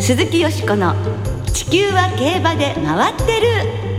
鈴木よしこの地球は競馬で回ってる。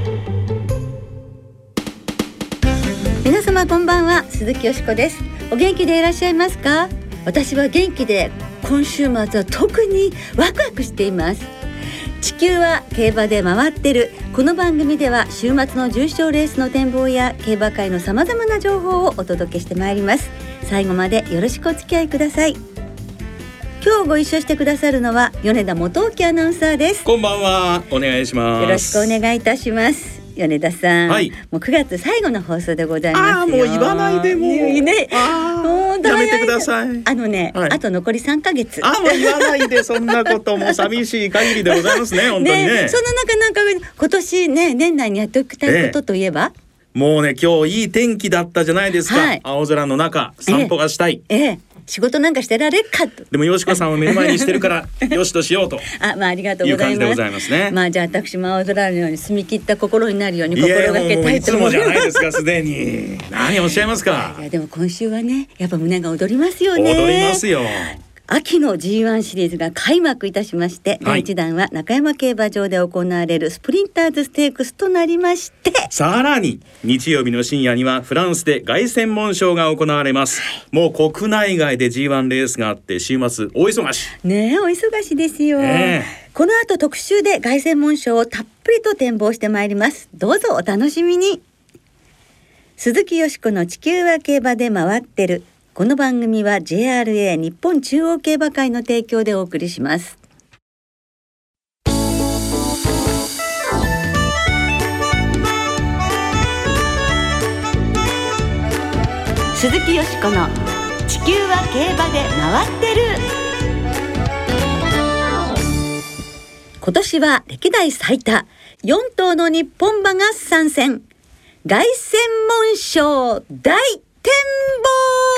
皆様こんばんは、鈴木よしこです。お元気でいらっしゃいますか？私は元気で、今週末は特にワクワクしています。地球は競馬で回ってる。この番組では週末の重賞レースの展望や競馬界のさまざまな情報をお届けしてまいります。最後までよろしくお付き合いください。今日ご一緒してくださるのは米田元興アナウンサーです。 こんばんは、お願いします。 よろしくお願いいたします。米田さん、はい、もう9月最後の放送でございますよ。 もう言わないで、もう、ね、 もうやめてください。 はい、あと残り3ヶ月。 もう言わないで、そんなことも寂しい限りでございますね。本当にね。 その中なんか今年ね、年内にやっておきたいことといえば、 もうね、今日いい天気だったじゃないですか。はい、青空の中散歩がしたい。 仕事なんかしてられるかと。 でもよしこさんを目の前にしてるからよしとしようとありがとうございます。いう感じでございますね。 じゃあ私も青空のように澄み切った心になるように心がけたいと思います。 いつもじゃないですか、すでに。何おっしゃいますか。 いやでも今週はね、やっぱ胸が躍りますよね。 踊りますよ。 秋の G1 シリーズが開幕いたしまして、第1弾は中山競馬場で行われるスプリンターズステークスとなりまして、 さらに日曜日の深夜にはフランスで凱旋門賞が行われます。もう国内外で G1 レースがあって週末大忙しね。お忙しですよ。この後特集で凱旋門賞をたっぷりと展望してまいります。どうぞお楽しみに。鈴木よしこの地球は競馬で回ってる。この番組は JRA 日本中央競馬会の提供でお送りします。鈴木よしこの地球は競馬で回ってる。今年は歴代最多4頭の日本馬が参戦。凱旋門賞大展望。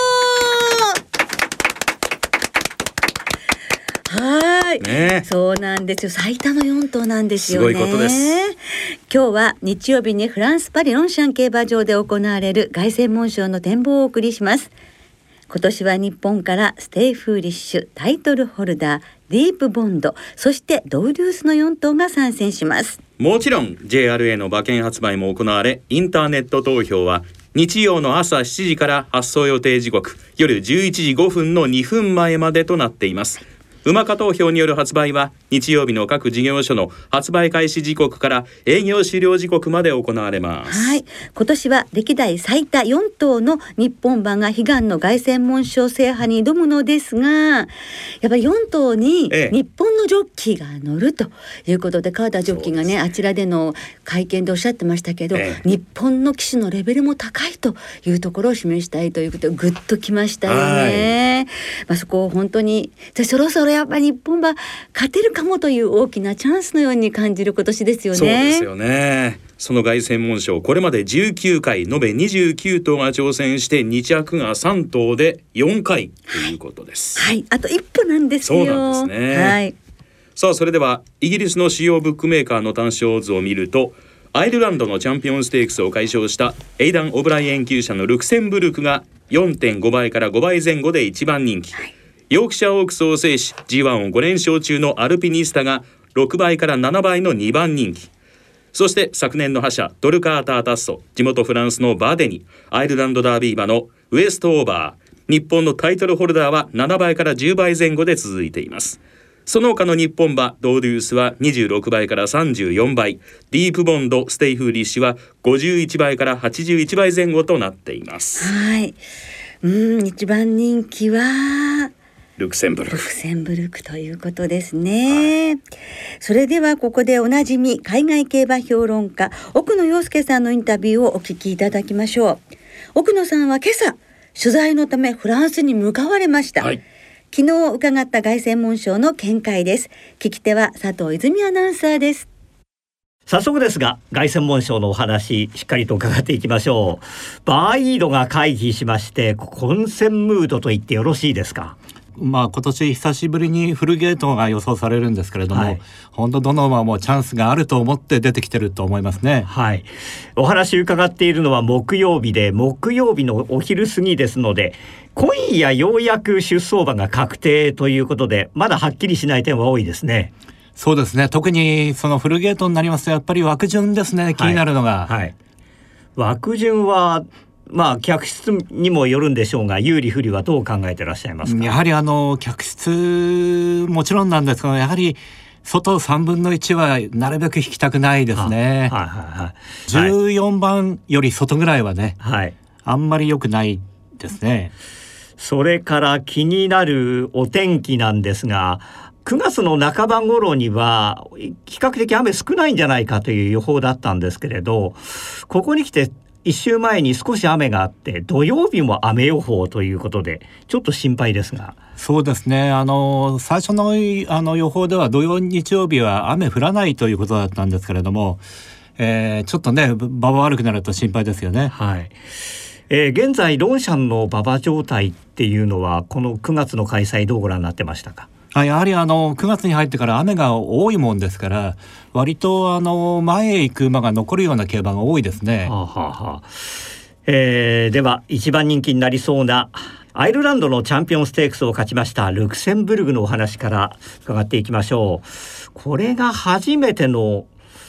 そうなんですよ。最多の4頭なんですよね。 すごいことです。 今日は日曜日にフランスパリロンシャン競馬場で行われる凱旋門賞の展望をお送りします。今年は日本からステイフーリッシュ、タイトルホルダー、ディープボンド、そしてドウデュースの4頭が参戦します。 もちろん JRA の馬券発売も行われ、インターネット投票は日曜の朝7時から発送予定時刻夜11時5分の2分前までとなっています。馬化投票による発売は日曜日の各事業所の発売開始時刻から営業終了時刻まで行われます。 今年は歴代最多4頭の日本馬が悲願の凱旋門賞制覇に挑むのですが、やっぱり4頭に日本のジョッキーが乗るということで、川田ジョッキーがね、あちらでの会見でおっしゃってましたけど、日本の騎手のレベルも高いというところを示したいということでグッときましたよね。そこを本当にそろそろやっぱり日本馬勝てるかもという大きなチャンスのように感じる今年ですよね。 そうですよね。その凱旋門賞、これまで19回延べ29頭が挑戦して2着が3頭で4回ということです。 あと一歩なんですよ。 そうなんですね。さあ、それではイギリスの主要ブックメーカーの単勝オッズを見ると、アイルランドのチャンピオンステークスを快勝したエイダン・オブライエン厩舎のルクセンブルクが 4.5 倍から5倍前後で1番人気、ヨークシャーオークスを制し G1 を5連勝中のアルピニスタが6倍から7倍の2番人気、そして昨年の覇者ドルカータータッソ、地元フランスのバデニ、アイルランドダービー馬のウエストオーバー、日本のタイトルホルダーは7倍から10倍前後で続いています。その他の日本馬ドウデュースは26倍から34倍、ディープボンド、ステイフーリッシュは51倍から81倍前後となっています。 一番人気はルクセンブルクということですね。それではここでおなじみ海外競馬評論家奥野陽介さんのインタビューをお聞きいただきましょう。奥野さんは今朝取材のためフランスに向かわれました。昨日伺った凱旋門賞の見解です。聞き手は佐藤泉アナウンサーです。 早速ですが凱旋門賞のお話しっかりと伺っていきましょう。バーイードが回避しまして混戦ムードと言ってよろしいですか。 今年久しぶりにフルゲートが予想されるんですけれども、本当どの馬もチャンスがあると思って出てきてると思いますね。 お話伺っているのは木曜日で、木曜日のお昼過ぎですので、今夜ようやく出走馬が確定ということで、まだはっきりしない点は多いですね。 そうですね。特にそのフルゲートになりますとやっぱり枠順ですね、気になるのが、 はいはい、枠順は客室にもよるんでしょうが、有利不利はどう考えてらっしゃいますか？ やはり客室もちろんなんですけど、やはり外3分の1はなるべく引きたくないですね。14番より外ぐらいはね、はい、あんまり良くないですね。 それから気になるお天気なんですが、9月の半ば頃には比較的雨少ないんじゃないかという予報だったんですけれど、ここに来て1週前に少し雨があって、土曜日も雨予報ということでちょっと心配ですが。 そうですね、最初の予報では土曜日曜日は雨降らないということだったんですけれども、ちょっとね馬場悪くなると心配ですよね。 はい。現在ロンシャンの馬場状態っていうのはこの9月の開催どうご覧になってましたか？ やはり9月に入ってから雨が多いもんですから、割と前へ行く馬が残るような競馬が多いですね。 では一番人気になりそうなアイルランドのチャンピオンステークスを勝ちましたルクセンブルグのお話から伺っていきましょう。これが初めての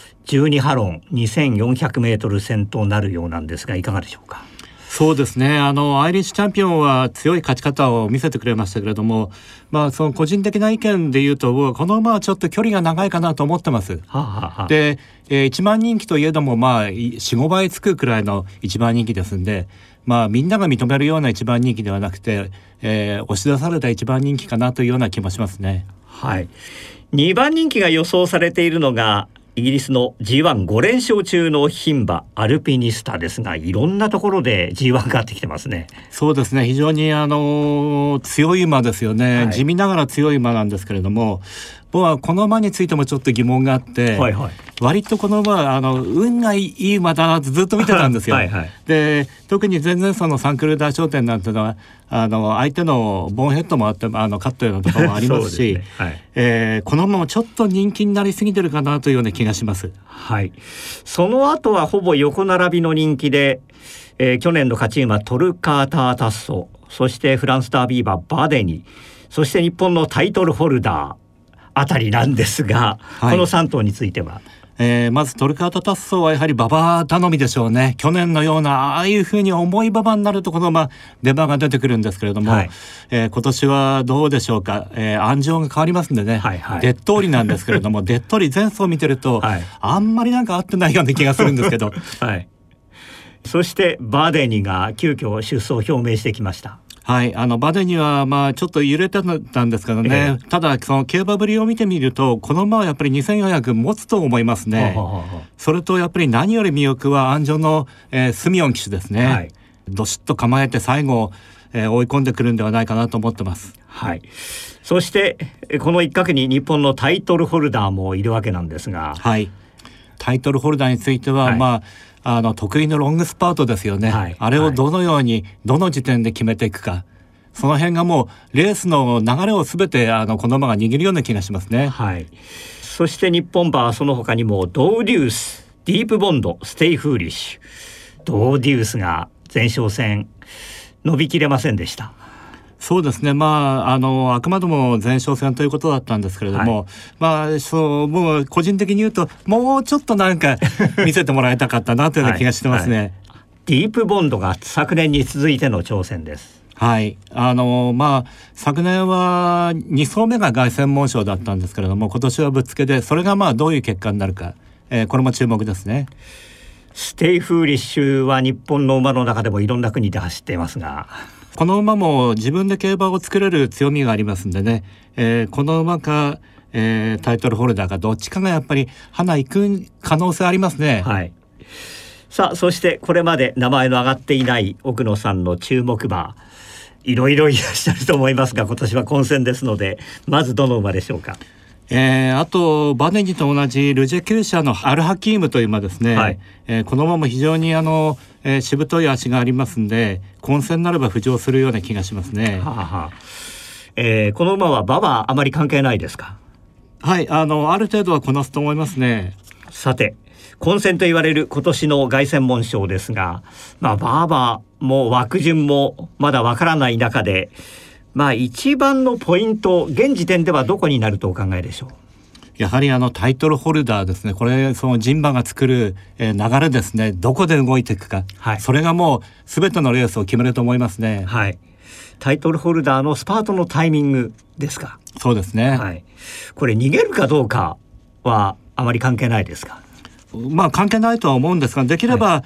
12ハロン 2400 メートル戦となるようなんですが、いかがでしょうか？ そうですね、アイリッシュチャンピオンは強い勝ち方を見せてくれましたけれども、その個人的な意見で言うと、この馬はちょっと距離が長いかなと思ってます。で、1番人気といえども4、5倍つくくらいの1番人気ですんで、みんなが認めるような1番人気ではなくて、押し出された1番人気かなというような気もしますね。 はい。2番人気が予想されているのがイギリスの G15 連勝中の牝馬アルピニスタですが、いろんなところで G1 勝ってきてますね。 そうですね、非常に強い馬ですよね、はい、地味ながら強い馬なんですけれども、僕はこの馬についてもちょっと疑問があって、割とこの馬は運がいい馬だなってずっと見てたんですよ。で、特に全然そのサンクルダー商店なんてのは相手のボンヘッドもあってカットようなところもありますしこの馬もちょっと人気になりすぎてるかなというような気がします。 はい。その後はほぼ横並びの人気で、去年の勝ち馬トルカータータッソ、そしてフランスダービー馬バデニ、そして日本のタイトルホルダーあたりなんですが、この3頭については、 まずトルカータタッソはやはり馬場頼みでしょうね。去年のようなああいうふうに重い馬場になるとこの出馬が出てくるんですけれども、今年はどうでしょうか。安城が変わりますんでね、デッドーリなんですけれどもデッドーリ前走見てると、あんまりなんか合ってないような気がするんですけどそしてバデニが急遽出走を表明してきました。 はい、バデニはちょっと揺れてたんですけどね、ただその競馬ぶりを見てみるとこの馬はやっぱり2400持つと思いますね。それとやっぱり何より魅力は安城の、スミオン騎手ですね。どしっと構えて最後、追い込んでくるんではないかなと思ってます。 はい。そしてこの一角に日本のタイトルホルダーもいるわけなんですが、 タイトルホルダーについては、得意のロングスパートですよね。あれをどのようにどの時点で決めていくか、その辺がもうレースの流れをすべてこの馬が握るような気がしますね。 そして日本馬はその他にもドウデュース、ディープボンド、ステイフーリッシュ、ドウデュースが前哨戦伸びきれませんでした。 そうですね、あくまでも前哨戦ということだったんですけれども、もう個人的に言うともうちょっとなんか見せてもらいたかったなというような気がしてますね。 ディープボンドが昨年に続いての挑戦です。 昨年は2走目が凱旋門賞だったんですけれども、今年はぶっつけで、それがどういう結果になるか、これも注目ですね。 ステイフーリッシュは日本の馬の中でもいろんな国で走っていますが、 この馬も自分で競馬を作れる強みがありますんでね、この馬か、タイトルホルダーかどっちかがやっぱり花行く可能性ありますね。 さあ、そしてこれまで名前の挙がっていない奥野さんの注目馬、いろいろいらっしゃると思いますが、今年は混戦ですので、まずどの馬でしょうか。 あとバデニと同じルジェ厩舎のアルハキームという馬ですね。この馬も非常にしぶとい足がありますんで、混戦になれば浮上するような気がしますね。 この馬は馬場あまり関係ないですか。 ある程度はこなすと思いますね。 さて、混戦と言われる今年の凱旋門賞ですが、馬場も枠順もまだわからない中で、一番のポイント、現時点ではどこになるとお考えでしょう。 やはりタイトルホルダーですね。これその人馬が作る、流れですね。どこで動いていくか、はい、それがもう全てのレースを決めると思いますね。 はい、タイトルホルダーのスパートのタイミングですか。 そうですね、 はい、これ逃げるかどうかはあまり関係ないですか。 まあ関係ないとは思うんですが、できれば、はい、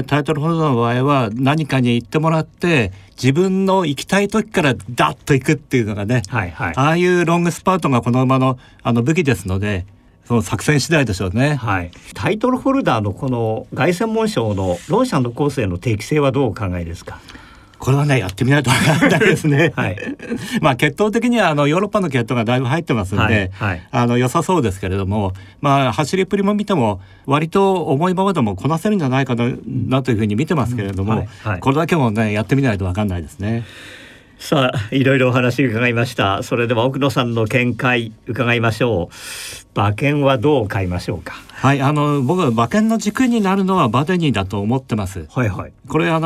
タイトルホルダーの場合は何かに行ってもらって自分の行きたい時からダッと行くっていうのがね、はいはい、ああいうロングスパートがこの馬の武器ですので、その作戦次第でしょうね。 はい、タイトルホルダーのこの凱旋門賞のローシャンのコースへの適性はどうお考えですか。 これはねやってみないと分からないですね、はい、まあ血統的にはヨーロッパの血統がだいぶ入ってますんで、はいはい、良さそうですけれども、まあ走りっぷりも見ても割と重いままでもこなせるんじゃないかなというふうに見てますけれども、はいはい、これだけもねやってみないと分かんないですね。 さあいろいろお話伺いました。それでは奥野さんの見解伺いましょう。馬券はどう買いましょうか。 はい、僕は馬券の軸になるのはバデニーだと思ってます。はいはい、これ今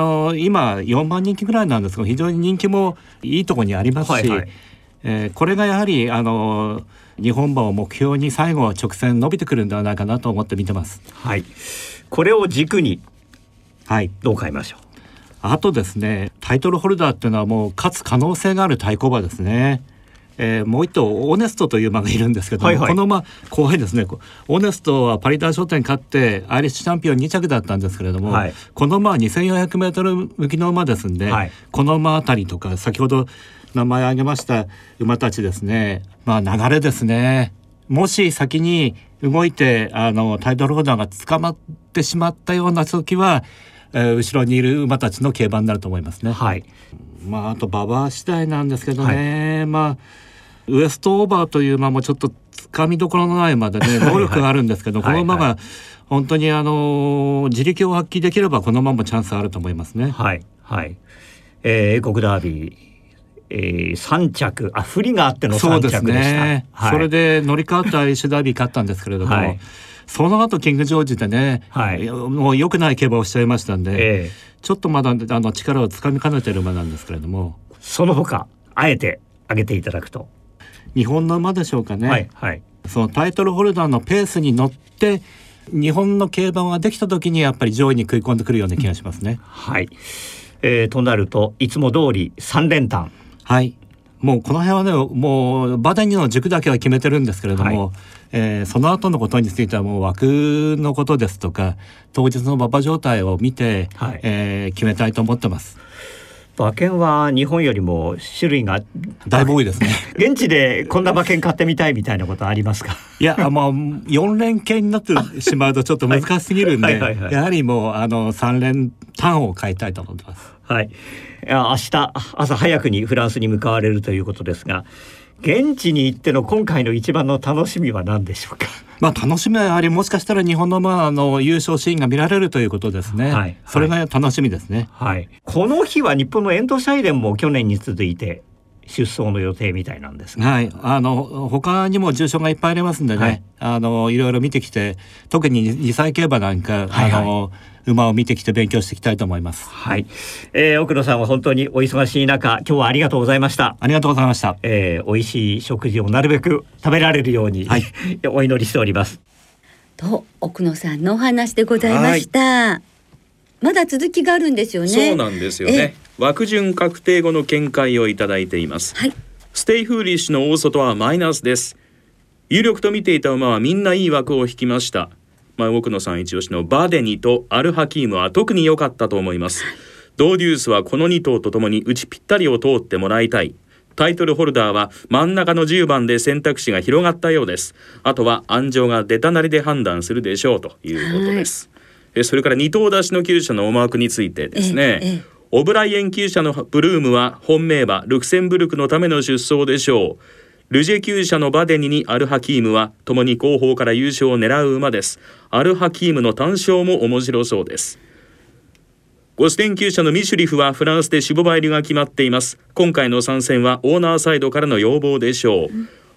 4番人気ぐらいなんですけど非常に人気もいいところにありますし、はいはい、これがやはり日本馬を目標に最後直線伸びてくるんではないかなと思って見てます。 はい、これを軸に、はい、どう買いましょう。 あとですね、タイトルホルダーっていうのはもう勝つ可能性がある対抗馬ですね。もう一頭オーネストという馬がいるんですけども、はいはい、この馬後輩ですね。オーネストはパリダー商店勝ってアイリッシュチャンピオン2着だったんですけれども、はい、この馬は 2400m 向きの馬ですんで、はい、この馬あたりとか先ほど名前挙げました馬たちですね、まあ流れですね。もし先に動いてタイトルホルダーが捕まってしまったような時は、後ろにいる馬たちの競馬になると思いますね。はい、まああと馬場次第なんですけどね、はい、まあウエストオーバーという馬もちょっとつかみどころのない馬でね能力があるんですけど、この馬が本当に自力を発揮できればこの馬もチャンスあると思いますね。 はいはい、英国ダービー、3着不利があっての3着でした。そうですね、 はい、それで乗り換わったアイリッシュダービー勝ったんですけれども、はい、その後キングジョージでね、はい、もう良くない競馬をしちゃいましたんで、ちょっとまだ力をつかみかねている馬なんですけれども、 その他あえて挙げていただくと日本の馬でしょうかね。はいはい、そのタイトルホルダーのペースに乗って日本の競馬ができた時にやっぱり上位に食い込んでくるような気がしますね。 はい、となるといつも通り3連単。 はい、もうこの辺はねもうバデニーの軸だけは決めてるんですけれども、はい、その後のことについてはもう枠のことですとか当日の馬場状態を見て、はい、決めたいと思ってます。 馬券は日本よりも種類がだいぶ多いですね。 現地でこんな馬券買ってみたいみたいなことありますか。 いやまあ4連券になってしまうとちょっと難しすぎるんで、はいはいはいはい、やはりもう3連単を買いたいと思ってます。 はい、明日朝早くにフランスに向かわれるということですが、現地に行っての今回の一番の楽しみは何でしょうか。 まあ楽しみはやはりもしかしたら日本の優勝シーンが見られるということですね。はい、それが楽しみですね。 はい、この日は日本のエントシャイデンも去年に続いて出走の予定みたいなんですが、 はい、他にも重賞がいっぱいありますんでね、はい、いろいろ見てきて特に2歳競馬なんか、はいはい、馬を見てきて勉強していきたいと思います。 はい、奥野さんは本当にお忙しい中今日はありがとうございました。 ありがとうございました。 美味しい食事をなるべく食べられるように、はい、お祈りしておりますと奥野さんのお話でございました。はい、まだ続きがあるんですよね。 そうなんですよね。枠順確定後の見解をいただいています。はい、ステイフーリッシュの大外はマイナスです。有力と見ていた馬はみんないい枠を引きました。奥野さん一押しのバデニとアルハキームは特に良かったと思います。ドーデュースはこの2頭とともに内ぴったりを通ってもらいたい。タイトルホルダーは真ん中の10番で選択肢が広がったようです。あとは安城が出たなりで判断するでしょうということです。それから2頭出しの厩舎の思惑についてですね、オブライエン厩舎のブルームは本命馬ルクセンブルクのための出走でしょう。ルジェ厩舎のバデニにアルハキームはともに後方から優勝を狙う馬です。アルハキームの単勝も面白そうです。ゴステン厩舎のミシュリフはフランスで種牡馬入りが決まっています。今回の参戦はオーナーサイドからの要望でしょう。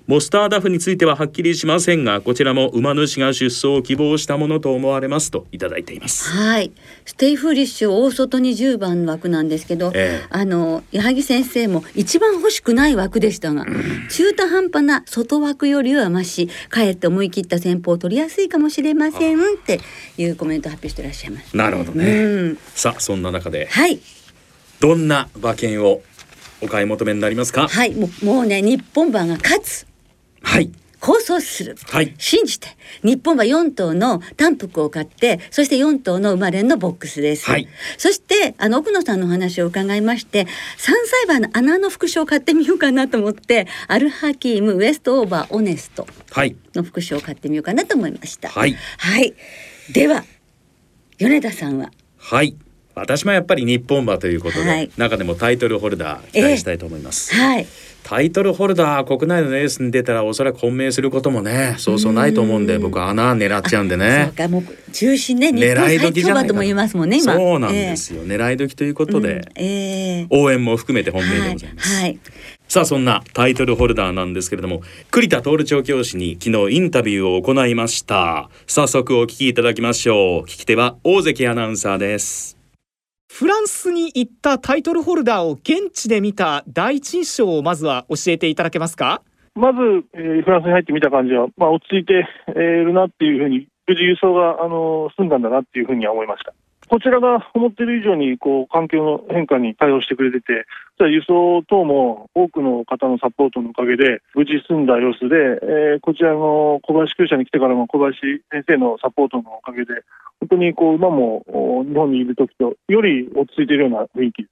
モスターダフについてははっきりしませんが、こちらも馬主が出走を希望したものと思われますといただいています。 はい、ステイフリッシュ大外に10番枠なんですけど、矢作先生も一番欲しくない枠でしたが、中途半端な外枠よりはまし、かえって思い切った戦法を取りやすいかもしれませんっていうコメントを発表していらっしゃいます。 なるほどね、さあそんな中で、 はい、 どんな馬券をお買い求めになりますか？ はい、もうね、日本馬が勝つ、 はい、 構想する、 はい、 信じて日本馬4頭の単服を買って、そして4頭の馬連のボックスです、はい、そして奥野さんのお話を伺いまして、3歳馬の穴の副賞を買ってみようかなと思って、アルハキームウエストオーバーオネストの副賞を買ってみようかなと思いました。はい、はい、では米田さんは？ はい、私もやっぱり日本馬ということで、はい、中でもタイトルホルダー期待したいと思います。はい、タイトルホルダー国内のレースに出たらおそらく本命することもね、そうそうないと思うんで、僕は穴狙っちゃうんでね。 そうか、もう中心ね、日本最強馬とも言いますもんね、今。 そうなんですよ、狙い時ということで、応援も含めて本命でございます。はいはい、さあそんなタイトルホルダーなんですけれども、栗田徹調教師に昨日インタビューを行いました。早速お聞きいただきましょう。聞き手は大関アナウンサーです。 フランスに行ったタイトルホルダーを現地で見た第一印象をまずは教えていただけますか？ まず、フランスに入ってみた感じは、落ち着いているなっていうふうに、無事輸送が済んだんだなっていうふうには思いました。こちらが思っている以上に環境の変化に対応してくれてて、輸送等も多くの方のサポートのおかげで無事済んだ様子で、こちらの小林厩舎に来てからも小林先生のサポートのおかげで、本当に馬も日本にいる時とより落ち着いているような雰囲気です。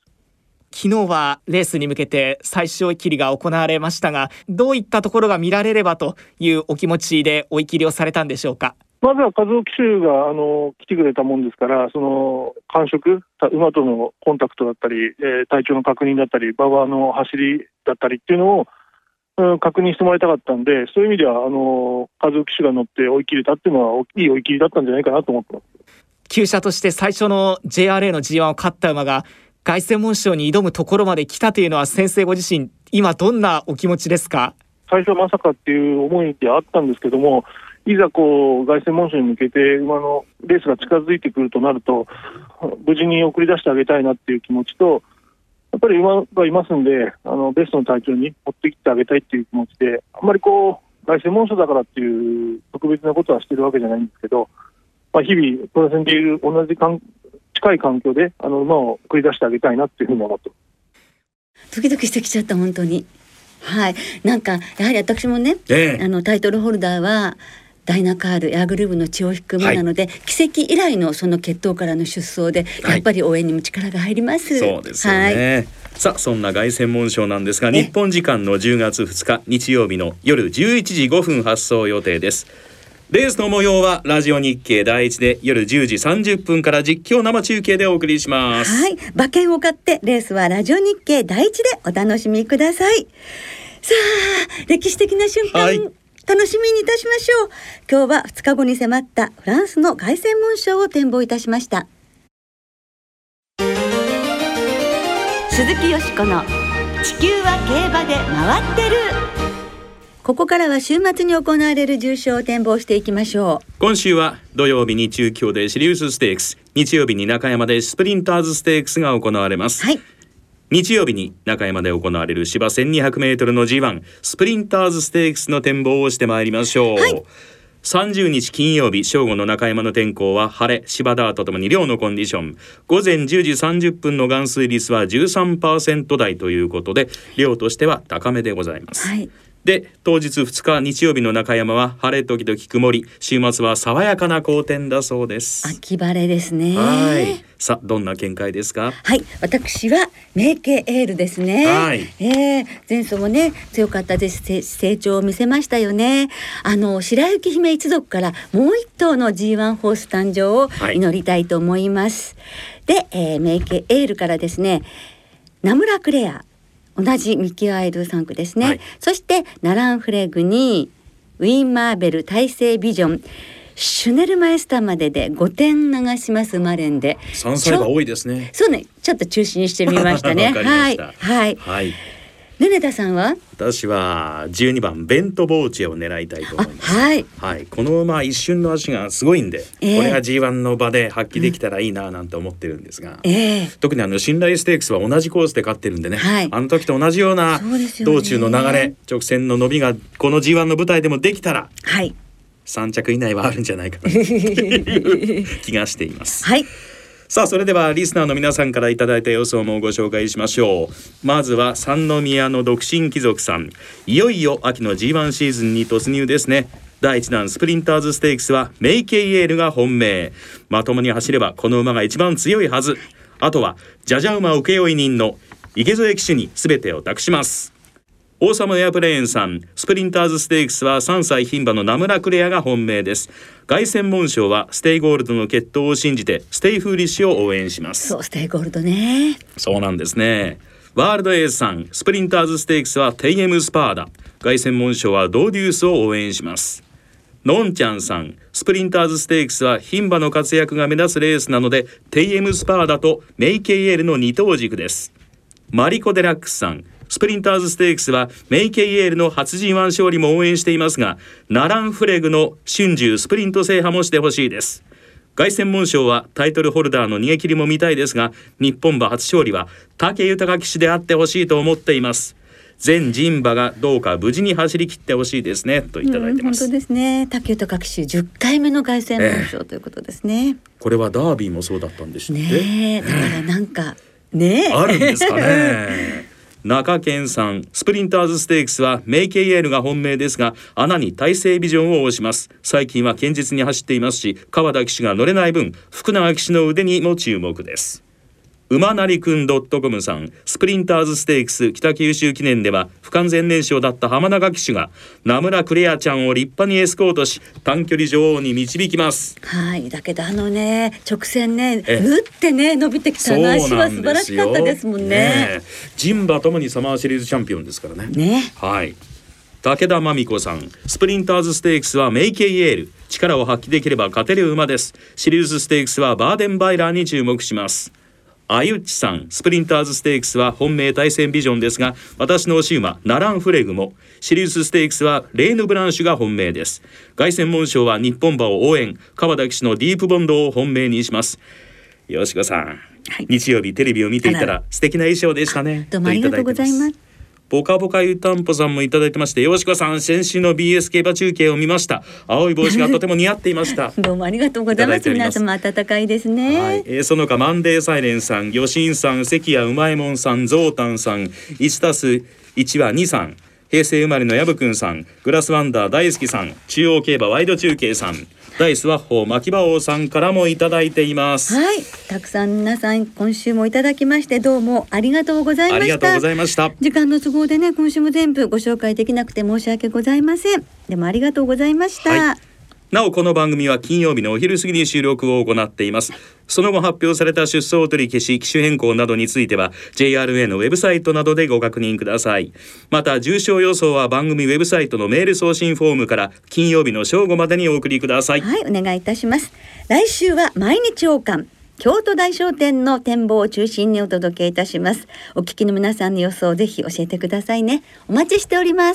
昨日はレースに向けて最終追い切りが行われましたが、どういったところが見られればというお気持ちで追い切りをされたんでしょうか？ まずは和夫騎手が来てくれたもんですから、その感触、馬とのコンタクトだったり、体調の確認だったり、馬場の走りだったりっていうのを、確認してもらいたかったんで、そういう意味では和夫騎手が乗って追い切れたっていうのはいい追い切りだったんじゃないかなと思ってます。 厩舎として最初の JRA の G1 を勝った馬が凱旋門賞に挑むところまで来たというのは、先生ご自身今どんなお気持ちですか？ 最初はまさかっていう思いであったんですけども、いざ凱旋門賞に向けて馬のレースが近づいてくるとなると、無事に送り出してあげたいなっていう気持ちと、やっぱり馬がいますんで、ベストの体調に持ってきてあげたいっていう気持ちで、あんまり凱旋門賞だからっていう特別なことはしてるわけじゃないんですけど、日々プロ戦でいる同じ近い環境で馬を送り出してあげたいなっていうふうに思ってます。 ドキドキしてきちゃった、本当に。はい、なんかやはり私もね、タイトルホルダーはダイナカールエアグルーヴの血を引く馬なので、奇跡以来のその血統からの出走で、やっぱり応援にも力が入ります。 そうですよね。さあそんな凱旋門賞なんですが、日本時間の10月2日日曜日の夜11時5分発送予定です。レースの模様はラジオ日経第一で夜10時30分から実況生中継でお送りします。 はい、馬券を買ってレースはラジオ日経第一でお楽しみください。さあ歴史的な瞬間、楽しみにいたしましょう。今日は2日後に迫ったフランスの凱旋門賞を展望いたしました。鈴木よしこの地球は競馬で回ってる。ここからは週末に行われる重賞を展望していきましょう。 今週は土曜日に中京でシリウスステークス、日曜日に中山でスプリンターズステークスが行われます。日曜日に中山で行われる芝 1200m の G1 スプリンターズステークスの展望をしてまいりましょう。30日金曜日正午の中山の天候は晴れ、芝ダートともに両のコンディション、午前10時30分の含水率は 13% 台ということで、量としては高めでございます。で当日2日日曜日の中山は晴れ時々曇り、週末は爽やかな好天だそうです。 秋晴れですね。 さあどんな見解ですか？ 私はメイケエールですね。前走もね強かったです。成長を見せましたよね。白雪姫一族からもう一頭の G1 ホース誕生を祈りたいと思います。で、メイケエールからですね、ナムラクレア、同じミキアイル3区ですね。そしてナランフレグにウィンマーベル、大西ビジョン、シュネルマイスターまでで5点流しますマレンで。 3歳馬多いですね。 そうね、ちょっと中止にしてみましたね。 根田さんは？ 私は12番ベントボーチェを狙いたいと思います。 はい、 はい、この馬一瞬の足がすごいんで、これが G1 の場で発揮できたらいいななんて思ってるんですが、特に信頼ステークスは同じコースで勝ってるんでね、はい、あの時と同じような道中の流れ、直線の伸びがこの G1 の舞台でもできたら、はい、3着以内はあるんじゃないかなという気がしています。はい、さあそれではリスナーの皆さんからいただいた予想もご紹介しましょう。まずは三宮の独身貴族さん、いよいよ秋の G1 シーズンに突入ですね。第1弾スプリンターズステークスはメイケイエールが本命、まともに走ればこの馬が一番強いはず。あとはジャジャ馬請負人の池添騎手に全てを託します。王様エアプレーンさん、スプリンターズステークスは3歳牝馬のナムラクレアが本命です。凱旋門賞はステイゴールドの決闘を信じてステイフーリッシュを応援します。 そう、ステイゴールドね。 そうなんですね。ワールドエースさん、スプリンターズステークスはテイエムスパーダ、凱旋門賞はドーデュースを応援します。のんちゃんさん、スプリンターズステークスは牝馬の活躍が目立つレースなのでテイエムスパーダとメイケイエールの二等軸です。マリコ・デラックスさん、スプリンターズステークスはメイケイエールの初 G1 勝利も応援していますが、ナランフレグの春秋スプリント制覇もしてほしいです。凱旋門賞はタイトルホルダーの逃げ切りも見たいですが、日本馬初勝利は武豊騎手であってほしいと思っています。全人馬がどうか無事に走り切ってほしいですねといただいてます。 本当ですね。武豊騎手10回目の凱旋門賞ということですね。 これはダービーもそうだったんでしょうね。だからなんかねあるんですかね。中堅さん、スプリンターズステークスはメイケイエールが本命ですが、穴に大西ビジョンを押します。最近は堅実に走っていますし、川田騎手が乗れない分福永騎手の腕にも注目です。馬なりくん .com さん、スプリンターズステークス北九州記念では不完全燃焼だった浜中騎手が名村クレアちゃんを立派にエスコートし短距離女王に導きます。 はい、だけど直線ね、縫ってね伸びてきた足は素晴らしかったですもんね。 人馬ともにサマーシリーズチャンピオンですからね。はい。武田真美子さん、スプリンターズステークスはメイケイエール、力を発揮できれば勝てる馬です。シリーズステークスはバーデンバイラーに注目します。あゆっちさん、スプリンターズステークスは本命対戦ビジョンですが、私の推し馬ナランフレグも、シリーズステークスはレーヌブランシュが本命です。凱旋門賞は日本馬を応援、川田騎手のディープボンドを本命にします。よしこさん、はい、日曜日テレビを見ていたら素敵な衣装でしたね。 どうもありがとうございます。 ボカボカ湯たんぽさんもいただいてまして、よしこさん先週の BS 競馬中継を見ました。青い帽子がとても似合っていましたどうもありがとうございます。皆様温かいですね。 はい、その他マンデーサイレンさん、余震さん、関谷うまいもんさん、ゾウタンさん、1+1 は2さん、平成生まれのヤブくんさん、グラスワンダー大好きさん、中央競馬ワイド中継さん、大スワッホー牧場王さんからもいただいています。 はい、たくさん皆さん今週もいただきましてどうもありがとうございました。 ありがとうございました。 時間の都合でね、今週も全部ご紹介できなくて申し訳ございません。でもありがとうございました。はい、 なおこの番組は金曜日のお昼過ぎに収録を行っています。その後発表された出走取り消し、機種変更などについては JRA のウェブサイトなどでご確認ください。また重賞予想は番組ウェブサイトのメール送信フォームから金曜日の正午までにお送りください。 はい、お願いいたします。来週は毎日王冠京都大商店の展望を中心にお届けいたします。お聞きの皆さんの予想をぜひ教えてくださいね。お待ちしております。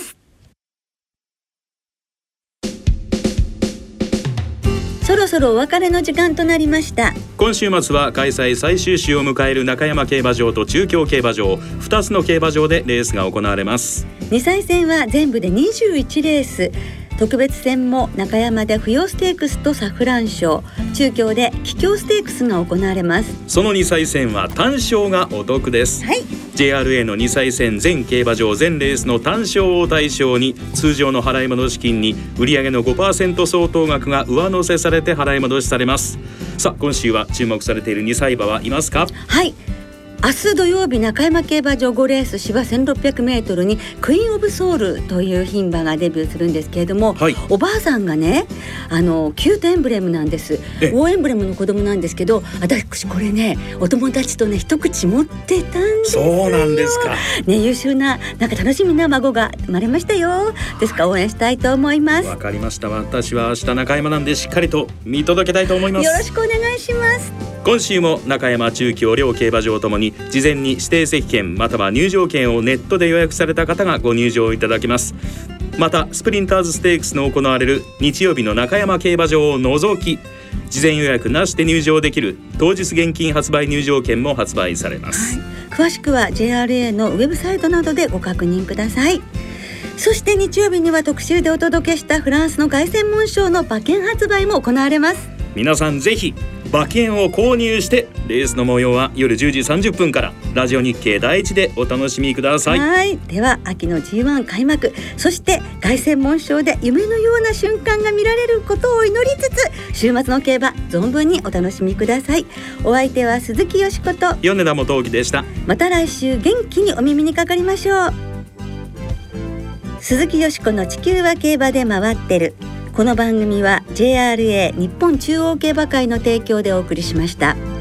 そろそろお別れの時間となりました。 今週末は開催最終週を迎える中山競馬場と中京競馬場、2つの競馬場でレースが行われます。 2歳戦は全部で21レース、特別戦も中山で芙蓉ステークスとサフラン賞、中京で桔梗ステークスが行われます。 その2歳戦は単勝がお得です。 はい、 JRA の2歳戦全競馬場全レースの単勝を対象に、通常の払い戻し金に売上の 5% 相当額が上乗せされて払い戻しされます。さあ今週は注目されている2歳馬はいますか？ はい、明日土曜日中山競馬場5レース芝 1600m にクイーンオブソウルという牝馬がデビューするんですけれども、はい、おばあさんがねキュートエンブレムなんです。オーエンブレムの子供なんですけど、私これねお友達とね一口持ってたんですよ。 そうなんですか、 ね、優秀ななんか楽しみな孫が生まれましたよ。ですから応援したいと思います。 わかりました。私は明日中山なんでしっかりと見届けたいと思います。 よろしくお願いします。 今週も中山中京両競馬場ともに事前に指定席券または入場券をネットで予約された方がご入場いただけます。またスプリンターズステークスの行われる日曜日の中山競馬場を除き事前予約なしで入場できる当日現金発売入場券も発売されます、 詳しくは JRA のウェブサイトなどでご確認ください。そして日曜日には特集でお届けしたフランスの凱旋門賞の馬券発売も行われます。 皆さんぜひ馬券を購入してレースの模様は夜10時30分からラジオ日経第一でお楽しみください。 はい、では秋の G1 開幕、そして凱旋門賞で夢のような瞬間が見られることを祈りつつ週末の競馬存分にお楽しみください。お相手は鈴木よしこと米田元興でした。 また来週元気にお耳にかかりましょう。鈴木よしこの地球は競馬で回ってる。この番組は JRA 日本中央競馬会の提供でお送りしました。